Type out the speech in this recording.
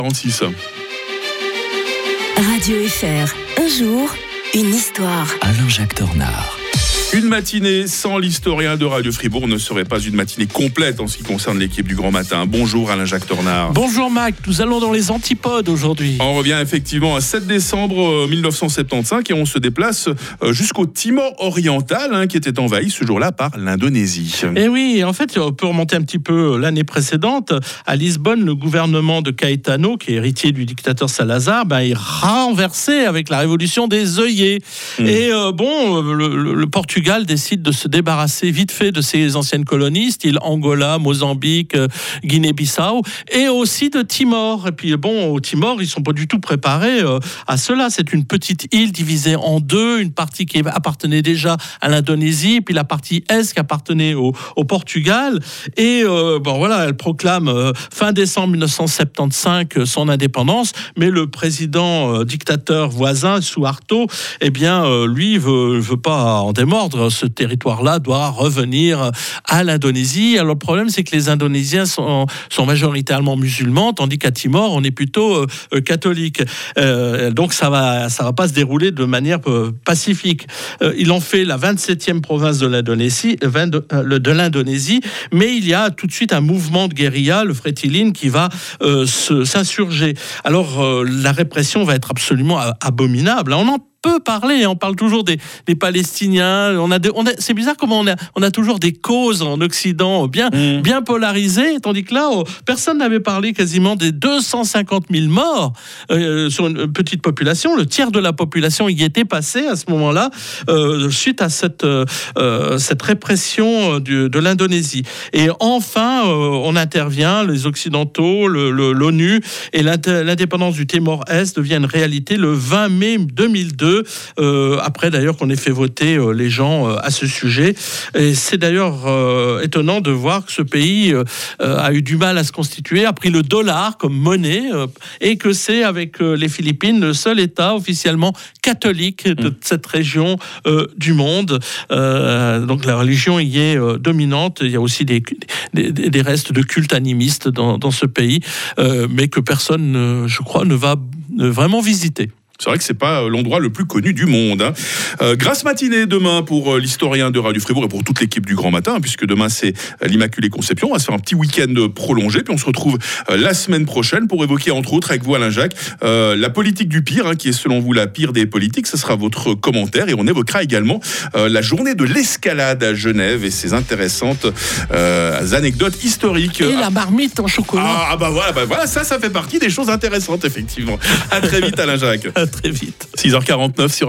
46. Radio FR, un jour, une histoire. Alain-Jacques Tornard. Une matinée sans l'historien de Radio Fribourg ne serait pas une matinée complète en ce qui concerne l'équipe du Grand Matin. Bonjour Alain-Jacques Tornard. Bonjour Mac, nous allons dans les antipodes aujourd'hui. On revient effectivement à 7 décembre 1975 et on se déplace jusqu'au Timor oriental qui était envahi ce jour-là par l'Indonésie. Et oui, en fait, on peut remonter un petit peu l'année précédente. À Lisbonne, le gouvernement de Caetano, qui est héritier du dictateur Salazar, est renversé avec la révolution des œillets. Et le Portugal décide de se débarrasser vite fait de ses anciennes colonies, style Angola, Mozambique, Guinée-Bissau, et aussi de Timor. Et puis au Timor, ils sont pas du tout préparés à cela. C'est une petite île divisée en deux, une partie qui appartenait déjà à l'Indonésie, puis la partie est qui appartenait au Portugal. Et elle proclame fin décembre 1975 son indépendance, mais le président dictateur voisin, Suharto, lui veut pas en démordre. Ce territoire-là doit revenir à l'Indonésie. Alors le problème, c'est que les Indonésiens sont majoritairement musulmans, tandis qu'à Timor, on est plutôt catholique. Donc ça va pas se dérouler de manière pacifique. Il en fait la 27e province de l'Indonésie, mais il y a tout de suite un mouvement de guérilla, le Fretilin, qui va s'insurger. Alors la répression va être absolument abominable. On peut parler, on parle toujours des Palestiniens. C'est bizarre comment on a toujours des causes en Occident bien polarisées, tandis que là, personne n'avait parlé quasiment des 250 000 morts sur une petite population. Le tiers de la population y était passé à ce moment-là, suite à cette répression de l'Indonésie. Et enfin, on intervient, les Occidentaux, l'ONU, et l'indépendance du Timor-Est devient une réalité le 20 mai 2002. Après d'ailleurs qu'on ait fait voter les gens à ce sujet. Et c'est d'ailleurs étonnant de voir que ce pays a eu du mal à se constituer, a pris le dollar comme monnaie, et que c'est avec les Philippines le seul État officiellement catholique de cette région du monde. Donc la religion y est dominante. Il y a aussi des restes de culte animiste dans ce pays, mais que personne, je crois, ne va vraiment visiter. C'est vrai que c'est pas l'endroit le plus connu du monde. Grasse matinée demain pour l'historien de Radio Fribourg et pour toute l'équipe du Grand Matin, puisque demain c'est l'Immaculée Conception. On va se faire un petit week-end prolongé, puis on se retrouve la semaine prochaine pour évoquer entre autres avec vous Alain-Jacques la politique du pire, qui est selon vous la pire des politiques. Ce sera votre commentaire et on évoquera également la journée de l'escalade à Genève et ses intéressantes anecdotes historiques. Et la marmite en chocolat. Voilà, ça fait partie des choses intéressantes effectivement. À très vite Alain-Jacques. Très vite. 6h49 sur